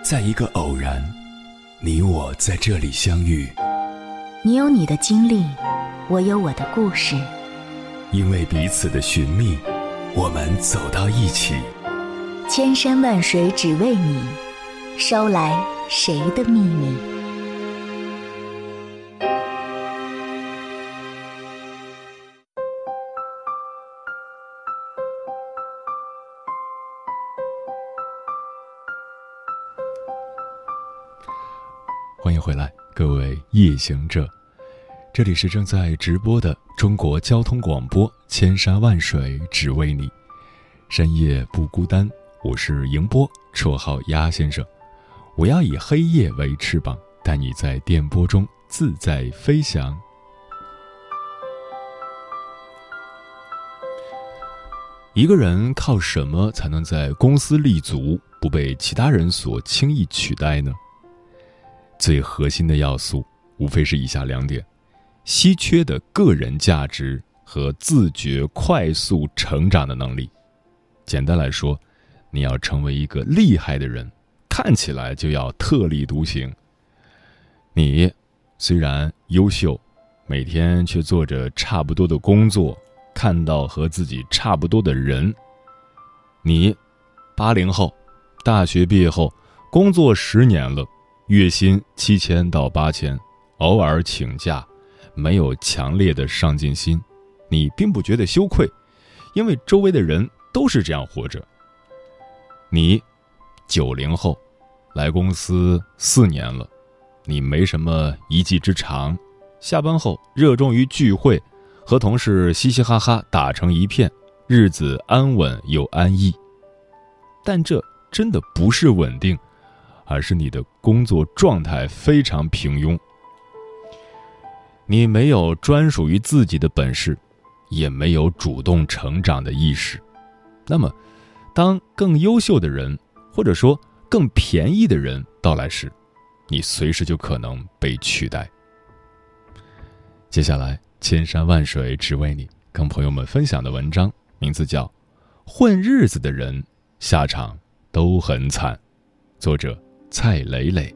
在一个偶然，你我在这里相遇。 你有你的经历，我有我的故事。 因为彼此的寻觅，我们走到一起。 千山万水只为你，捎来谁的秘密？ 欢迎回来，各位夜行者，这里是正在直播的中国交通广播，千山万水只为你，深夜不孤单。我是迎波，绰号鸭先生。我要以黑夜为翅膀，带你在电波中自在飞翔。一个人靠什么才能在公司立足，不被其他人所轻易取代呢？最核心的要素无非是以下两点：稀缺的个人价值和自觉快速成长的能力。简单来说，你要成为一个厉害的人，看起来就要特立独行。你虽然优秀，每天却做着差不多的工作，看到和自己差不多的人。你80后，大学毕业后工作10年了，月薪7000到8000，偶尔请假，没有强烈的上进心，你并不觉得羞愧，因为周围的人都是这样活着。你90后，来公司4年了，你没什么一技之长，下班后热衷于聚会，和同事嘻嘻哈哈打成一片，日子安稳又安逸。但这真的不是稳定，而是你的工作状态非常平庸。你没有专属于自己的本事，也没有主动成长的意识。那么当更优秀的人，或者说更便宜的人到来时，你随时就可能被取代。接下来千山万水只为你，跟朋友们分享的文章名字叫《混日子的人下场都很惨》，作者蔡磊磊。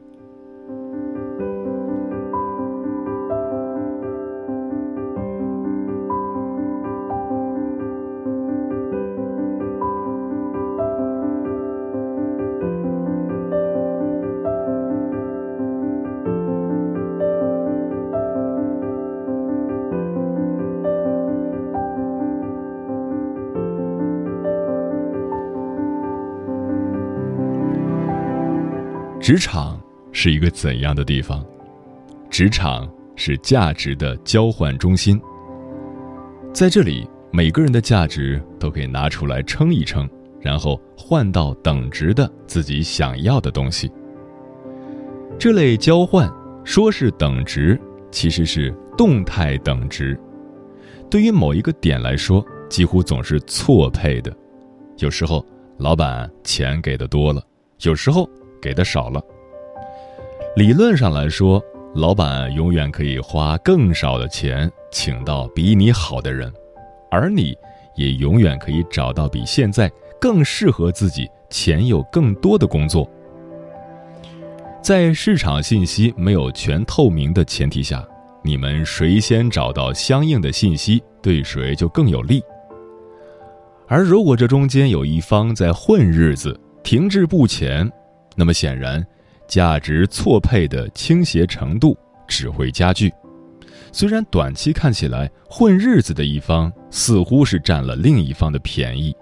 职场是一个怎样的地方？职场是价值的交换中心。在这里，每个人的价值都可以拿出来称一称，然后换到等值的自己想要的东西。这类交换说是等值，其实是动态等值。对于某一个点来说，几乎总是错配的。有时候老板钱给的多了，有时候给的少了。理论上来说，老板永远可以花更少的钱请到比你好的人，而你也永远可以找到比现在更适合自己、钱有更多的工作。在市场信息没有全透明的前提下，你们谁先找到相应的信息，对谁就更有利。而如果这中间有一方在混日子，停滞不前，那么显然价值错配的倾斜程度只会加剧。虽然短期看起来混日子的一方似乎是占了另一方的便宜，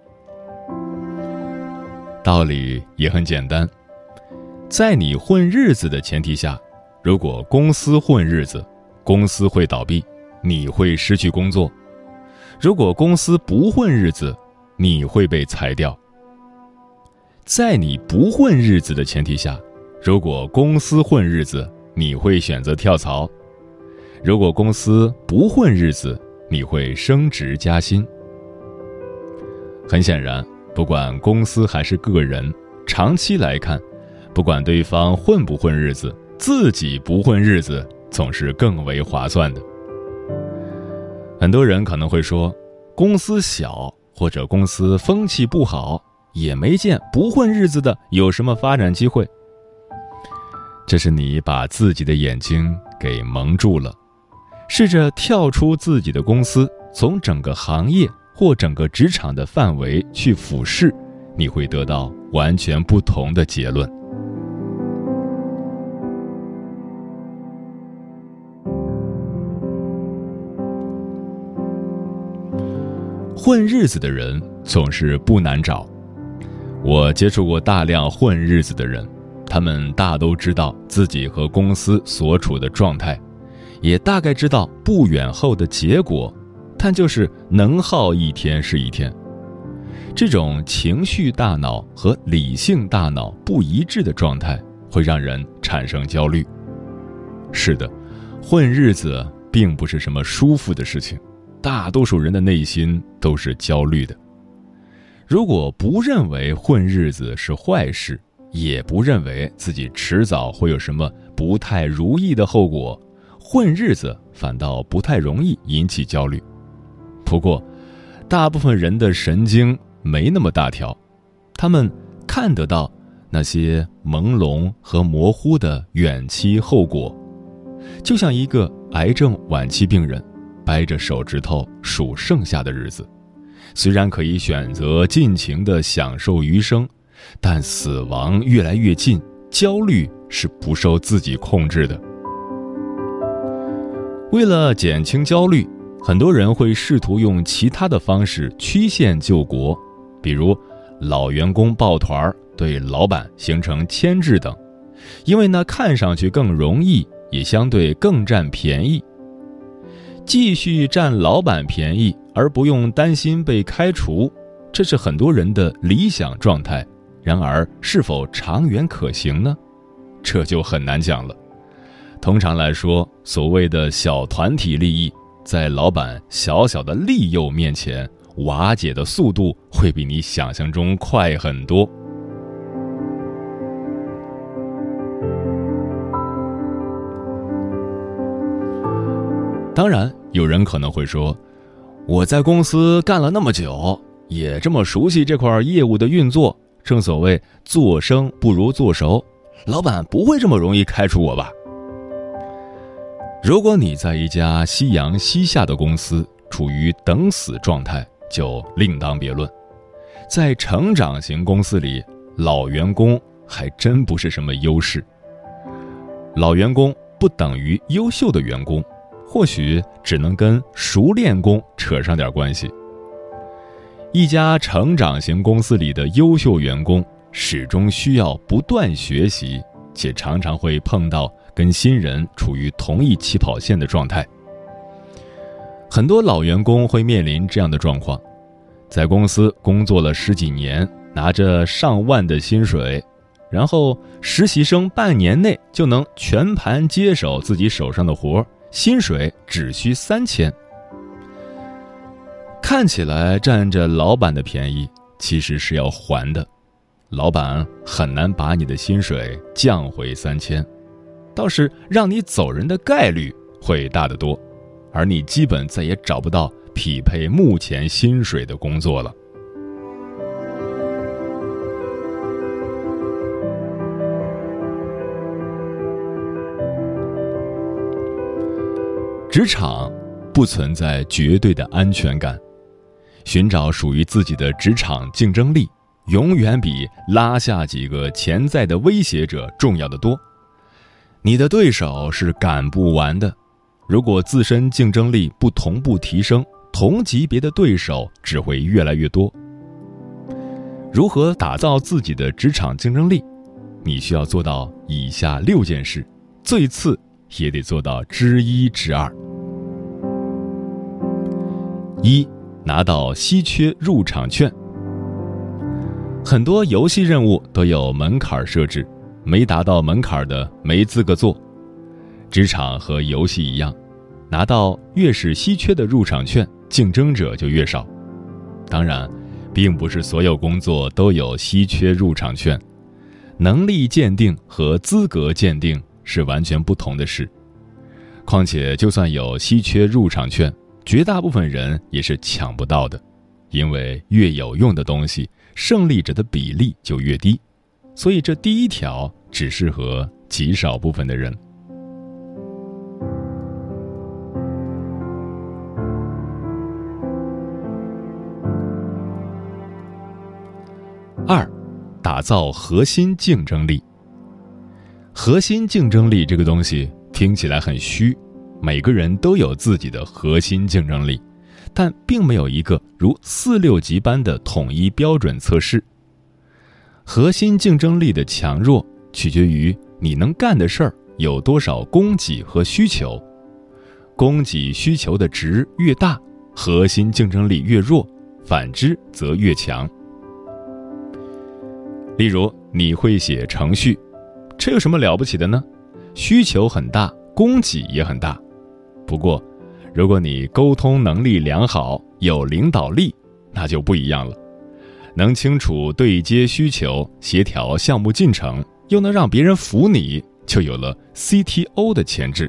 道理也很简单。在你混日子的前提下，如果公司混日子，公司会倒闭，你会失去工作；如果公司不混日子，你会被裁掉。在你不混日子的前提下，如果公司混日子，你会选择跳槽；如果公司不混日子，你会升职加薪。很显然，不管公司还是个人，长期来看，不管对方混不混日子，自己不混日子总是更为划算的。很多人可能会说，公司小或者公司风气不好，也没见不混日子的有什么发展机会， 这是你把自己的眼睛给蒙住了。试着跳出自己的公司，从整个行业或整个职场的范围去俯视，你会得到完全不同的结论。混日子的人总是不难找，我接触过大量混日子的人，他们大都知道自己和公司所处的状态，也大概知道不远后的结果，但就是能耗一天是一天。这种情绪大脑和理性大脑不一致的状态会让人产生焦虑。是的，混日子并不是什么舒服的事情，大多数人的内心都是焦虑的。如果不认为混日子是坏事，也不认为自己迟早会有什么不太如意的后果，混日子反倒不太容易引起焦虑。不过，大部分人的神经没那么大条，他们看得到那些朦胧和模糊的远期后果，就像一个癌症晚期病人掰着手指头数剩下的日子，虽然可以选择尽情地享受余生，但死亡越来越近，焦虑是不受自己控制的。为了减轻焦虑，很多人会试图用其他的方式曲线救国，比如老员工抱团对老板形成牵制等，因为那看上去更容易，也相对更占便宜。继续占老板便宜而不用担心被开除，这是很多人的理想状态，然而是否长远可行呢？这就很难讲了。通常来说，所谓的小团体利益，在老板小小的利诱面前，瓦解的速度会比你想象中快很多。当然，有人可能会说，我在公司干了那么久，也这么熟悉这块业务的运作，正所谓做生不如做熟，老板不会这么容易开除我吧？如果你在一家夕阳西下的公司处于等死状态，就另当别论。在成长型公司里，老员工还真不是什么优势。老员工不等于优秀的员工，或许只能跟熟练工扯上点关系。一家成长型公司里的优秀员工始终需要不断学习，且常常会碰到跟新人处于同一起跑线的状态。很多老员工会面临这样的状况，在公司工作了10几年，拿着上万的薪水，然后实习生半年内就能全盘接手自己手上的活，薪水只需3000。看起来占着老板的便宜，其实是要还的。老板很难把你的薪水降回3000，倒是让你走人的概率会大得多，而你基本再也找不到匹配目前薪水的工作了。职场不存在绝对的安全感，寻找属于自己的职场竞争力，永远比拉下几个潜在的威胁者重要得多。你的对手是赶不完的，如果自身竞争力不同步提升，同级别的对手只会越来越多。如何打造自己的职场竞争力？你需要做到以下6件事，最次也得做到之一之二。1. 拿到稀缺入场券。很多游戏任务都有门槛设置，没达到门槛的没资格做。职场和游戏一样，拿到越是稀缺的入场券，竞争者就越少。当然，并不是所有工作都有稀缺入场券，能力鉴定和资格鉴定是完全不同的事。况且，就算有稀缺入场券，绝大部分人也是抢不到的，因为越有用的东西，胜利者的比例就越低。所以这第一条只适合极少部分的人。二，打造核心竞争力。核心竞争力这个东西听起来很虚，每个人都有自己的核心竞争力，但并没有一个如4、6级般的统一标准测试。核心竞争力的强弱取决于你能干的事儿有多少供给和需求，供给需求的值越大，核心竞争力越弱，反之则越强。例如，你会写程序，这有什么了不起的呢？需求很大，供给也很大。不过，如果你沟通能力良好，有领导力，那就不一样了。能清楚对接需求，协调项目进程，又能让别人服你，就有了 CTO 的潜质。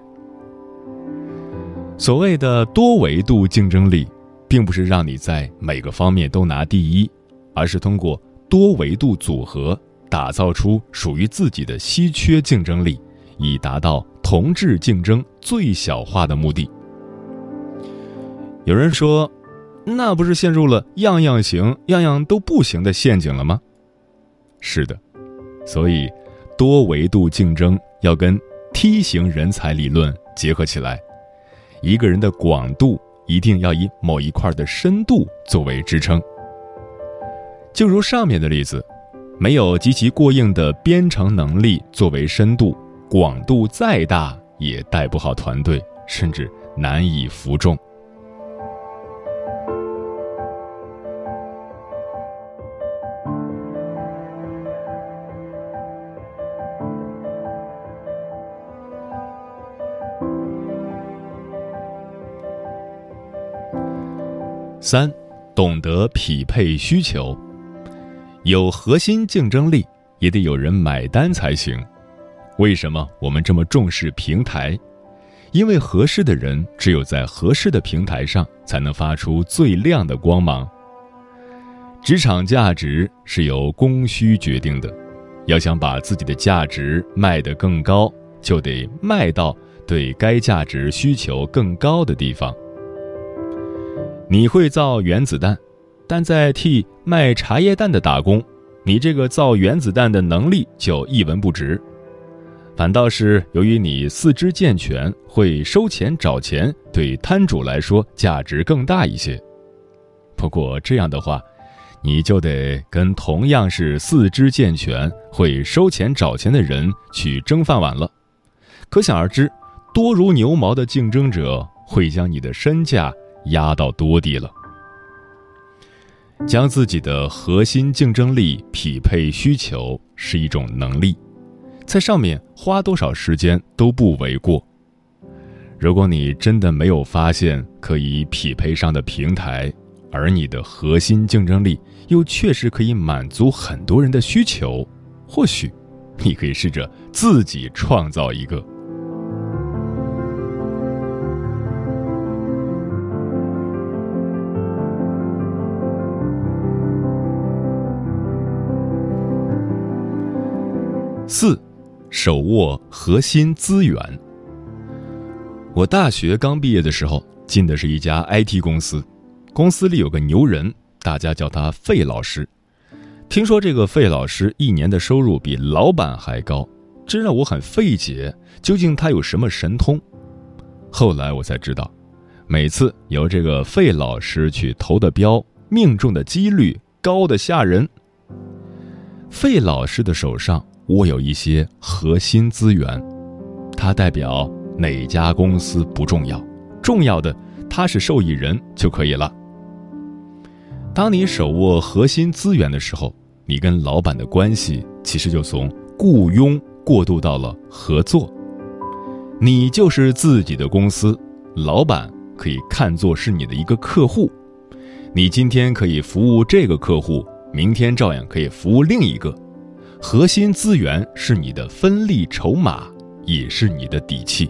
所谓的多维度竞争力，并不是让你在每个方面都拿第一，而是通过多维度组合，打造出属于自己的稀缺竞争力，以达到同质竞争最小化的目的。有人说，那不是陷入了样样行，样样都不行的陷阱了吗？是的，所以多维度竞争要跟梯形人才理论结合起来。一个人的广度一定要以某一块的深度作为支撑。就如上面的例子，没有极其过硬的编程能力作为深度，广度再大也带不好团队，甚至难以服众。3，懂得匹配需求。有核心竞争力，也得有人买单才行。为什么我们这么重视平台？因为合适的人只有在合适的平台上，才能发出最亮的光芒。职场价值是由供需决定的，要想把自己的价值卖得更高，就得卖到对该价值需求更高的地方。你会造原子弹，但在替卖茶叶蛋的打工，你这个造原子弹的能力就一文不值。反倒是由于你四肢健全，会收钱找钱，对摊主来说价值更大一些。不过这样的话，你就得跟同样是四肢健全，会收钱找钱的人去争饭碗了。可想而知，多如牛毛的竞争者会将你的身价压到多低了。将自己的核心竞争力匹配需求是一种能力，在上面花多少时间都不为过。如果你真的没有发现可以匹配上的平台，而你的核心竞争力又确实可以满足很多人的需求，或许你可以试着自己创造一个。4，手握核心资源。我大学刚毕业的时候，进的是一家 IT 公司，公司里有个牛人，大家叫他费老师。听说这个费老师一年的收入比老板还高，这让我很费解，究竟他有什么神通？后来我才知道，每次由这个费老师去投的标，命中的几率高得吓人。费老师的手上握有一些核心资源，它代表哪家公司不重要，重要的他是受益人就可以了。当你手握核心资源的时候，你跟老板的关系其实就从雇佣过渡到了合作。你就是自己的公司，老板可以看作是你的一个客户，你今天可以服务这个客户，明天照样可以服务另一个。核心资源是你的分力筹码，也是你的底气。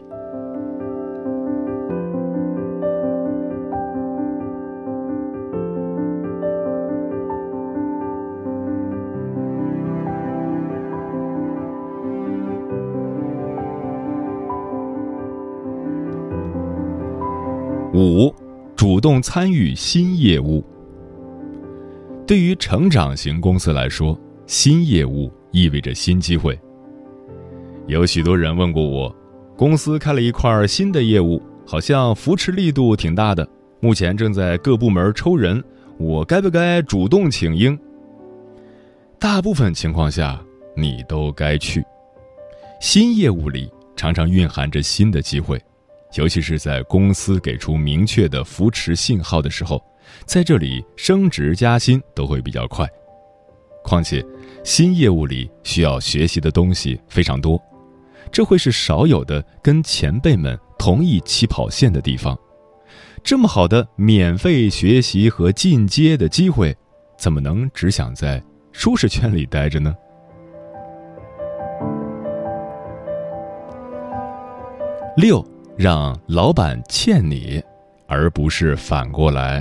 5. 主动参与新业务。对于成长型公司来说，新业务意味着新机会。有许多人问过我，公司开了一块新的业务，好像扶持力度挺大的，目前正在各部门抽人，我该不该主动请缨？大部分情况下，你都该去。新业务里常常蕴含着新的机会，尤其是在公司给出明确的扶持信号的时候，在这里升职加薪都会比较快。况且，新业务里需要学习的东西非常多，这会是少有的跟前辈们同一起跑线的地方。这么好的免费学习和进阶的机会，怎么能只想在舒适圈里待着呢？6. 让老板欠你，而不是反过来。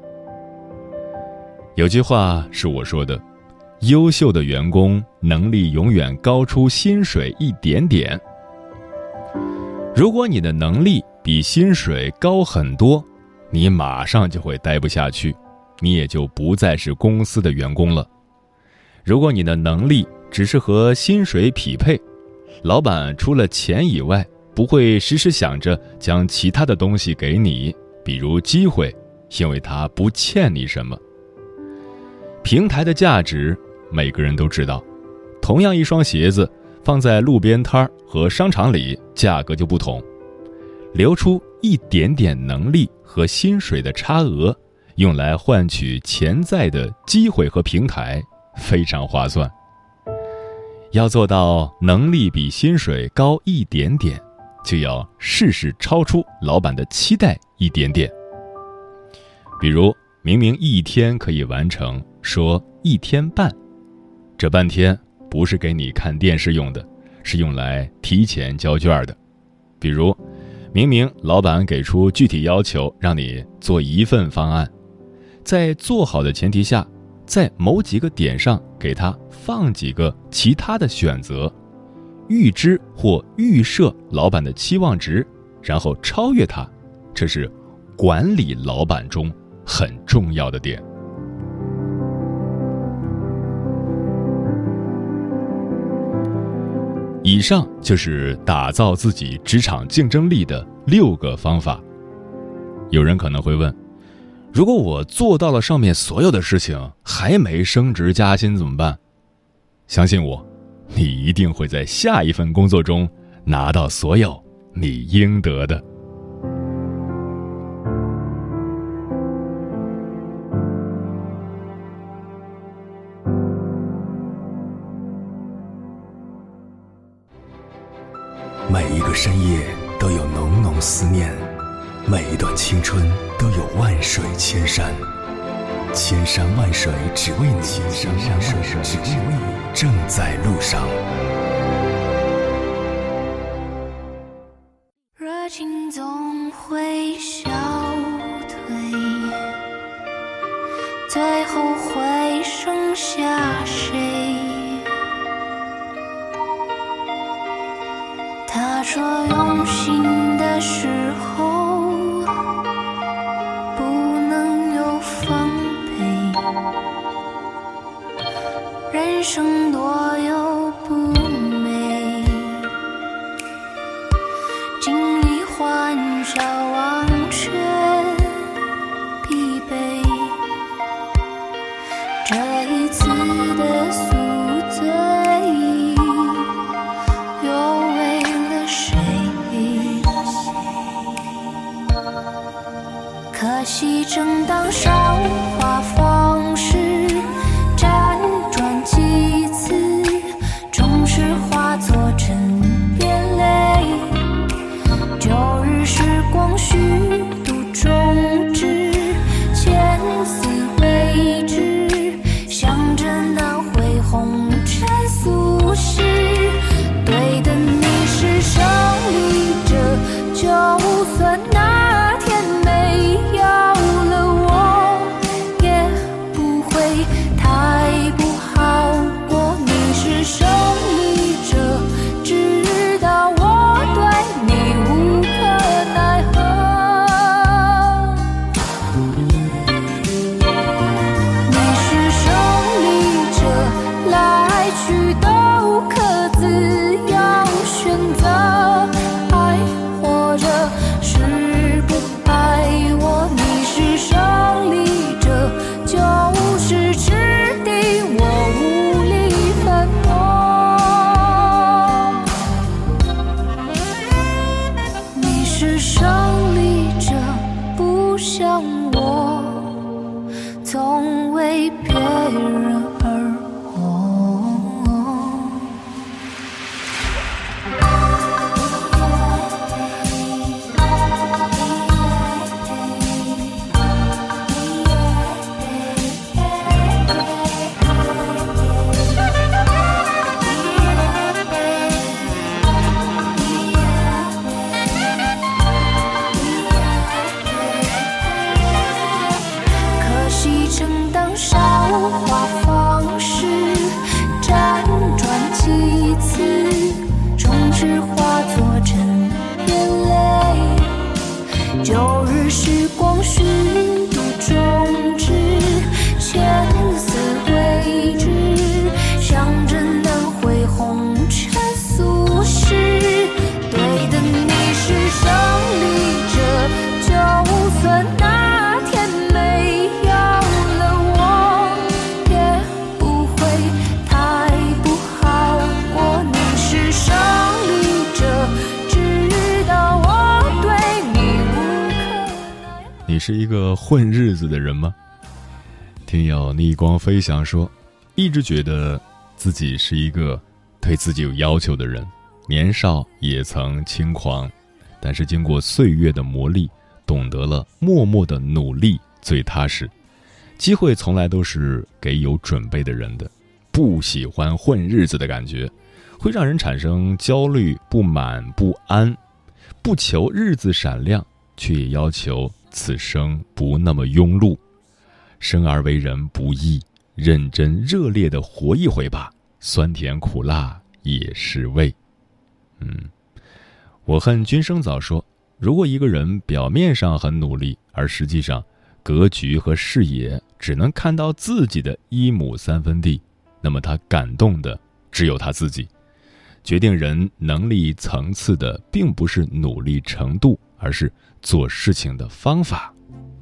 有句话是我说的，优秀的员工能力永远高出薪水一点点。如果你的能力比薪水高很多，你马上就会待不下去，你也就不再是公司的员工了。如果你的能力只是和薪水匹配，老板除了钱以外，不会时时想着将其他的东西给你，比如机会，因为他不欠你什么。平台的价值每个人都知道，同样一双鞋子放在路边摊和商场里价格就不同，留出一点点能力和薪水的差额，用来换取潜在的机会和平台，非常划算。要做到能力比薪水高一点点，就要事事超出老板的期待一点点。比如明明1天可以完成，说1天半，这半天不是给你看电视用的，是用来提前交卷的。比如明明老板给出具体要求，让你做1份方案，在做好的前提下，在某几个点上给他放几个其他的选择，预知或预设老板的期望值，然后超越他，这是管理老板中很重要的点。以上就是打造自己职场竞争力的6个方法。有人可能会问，如果我做到了上面所有的事情，还没升职加薪怎么办？相信我，你一定会在下一份工作中拿到所有你应得的。 每一个深夜都有浓浓思念，每一段青春都有万水千山，千山万水只为你，千山万水只为你，正在路上。 热情总会消退，最后会剩下谁？他说用心的时候不能有防备，人生多有不美，经历欢笑忘却疲惫，这一次的宿醉可惜正当韶华方世，辗转几次， 许都各自要选择，爱或者是不爱我，你是胜利者，就是指定我无力反驳。你是胜利者，不像我，总为别人而活。可惜正当韶华方式辗转几次，终至化作成眼泪。旧日时光虚度终止，千丝未知，象征能会红尘俗世。对的，你是胜利者，就算那天没有了我，也不会太不好过。你是胜利者，知道我对你无可奈何。 你是一个混日子的人吗？听友逆光飞翔说，一直觉得自己是一个对自己有要求的人，年少也曾轻狂，但是经过岁月的磨砺，懂得了默默的努力最踏实。机会从来都是给有准备的人的，不喜欢混日子的感觉，会让人产生焦虑、不满、不安。不求日子闪亮，却也要求此生不那么庸碌。生而为人不易，认真热烈地活一回吧，酸甜苦辣也是味。我恨君生早说，如果一个人表面上很努力，而实际上格局和视野只能看到自己的1亩3分地，那么他感动的只有他自己。决定人能力层次的并不是努力程度，而是做事情的方法。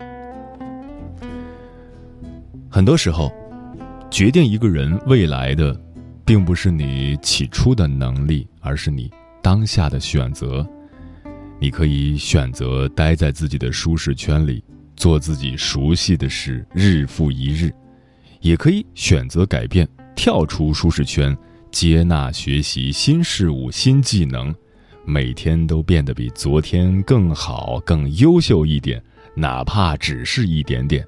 很多时候，决定一个人未来的并不是你起初的能力，而是你当下的选择。你可以选择待在自己的舒适圈里，做自己熟悉的事，日复一日；也可以选择改变，跳出舒适圈，接纳学习新事物、新技能，每天都变得比昨天更好、更优秀一点，哪怕只是一点点。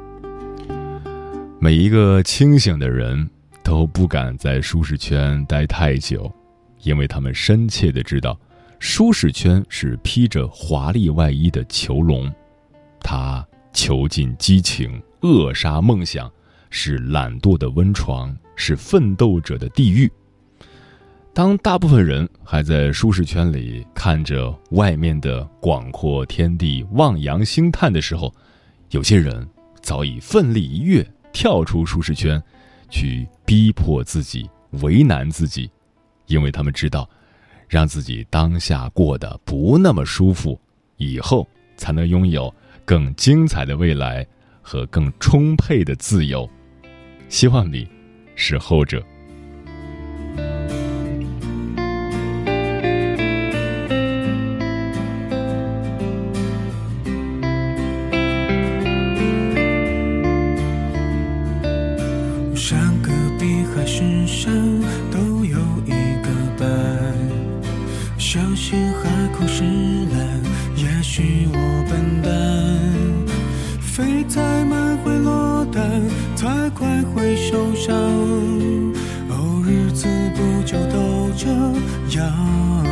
每一个清醒的人都不敢在舒适圈待太久，因为他们深切地知道，舒适圈是披着华丽外衣的囚笼，它囚禁激情，扼杀梦想，是懒惰的温床，是奋斗者的地狱。当大部分人还在舒适圈里看着外面的广阔天地望洋兴叹的时候，有些人早已奋力一跃，跳出舒适圈，去逼迫自己，为难自己，因为他们知道，让自己当下过得不那么舒服，以后才能拥有更精彩的未来和更充沛的自由。希望你是后者。 相信海枯石烂，也许我笨蛋，飞太慢会落单，太快会受伤，哦，日子不就都这样？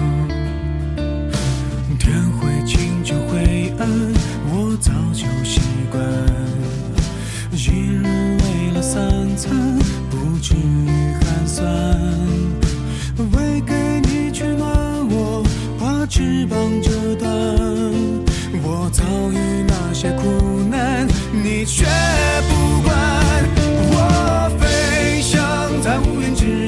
天会晴就会暗，我早就习惯，一日为了3餐，不至于寒酸，为给你取暖，把翅膀折断，我遭遇那些苦难，你却不管。我飞翔在无边之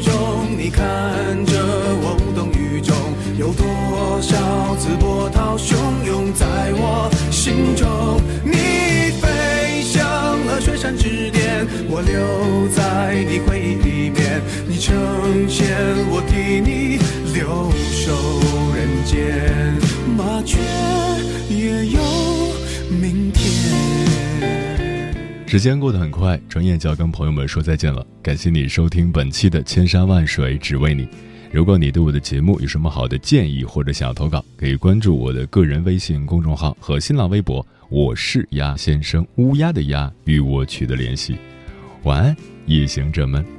面，你呈现我替你留守人间，麻雀也有明天。 时间过得很快，转眼就要跟朋友们说再见了。感谢你收听本期的千山万水只为你。如果你对我的节目有什么好的建议或者想要投稿，可以关注我的个人微信公众号和新浪微博，我是鸭先生，乌鸦的鸦，与我取得联系。晚安，夜行者们。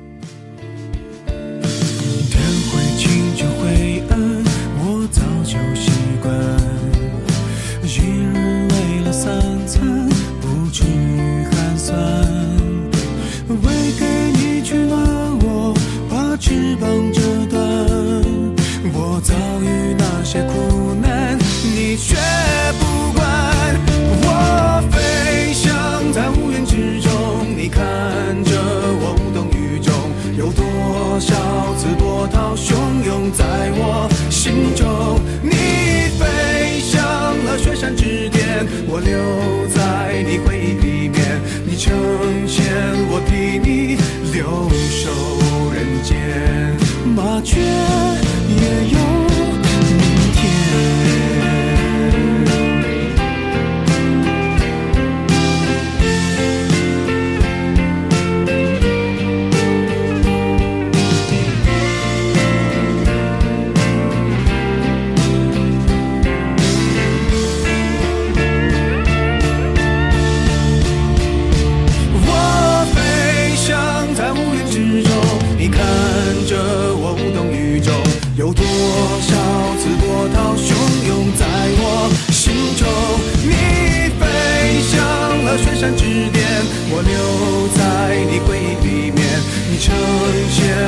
天会晴就会暗，我早就习惯，一日为了3餐不至于寒酸，为给你取暖我把翅膀折断，我遭遇那些苦难你却不管，我飞翔在无云之中，你看着我无动于衷，有多少次波涛汹涌在我心中，你飞向了雪山之巅，我留在你回忆里面，你呈现我替你留守人间，麻雀也有明天。有多少次波涛汹涌在我心中，你飞向了雪山之巅，我留在你回忆里面，你呈现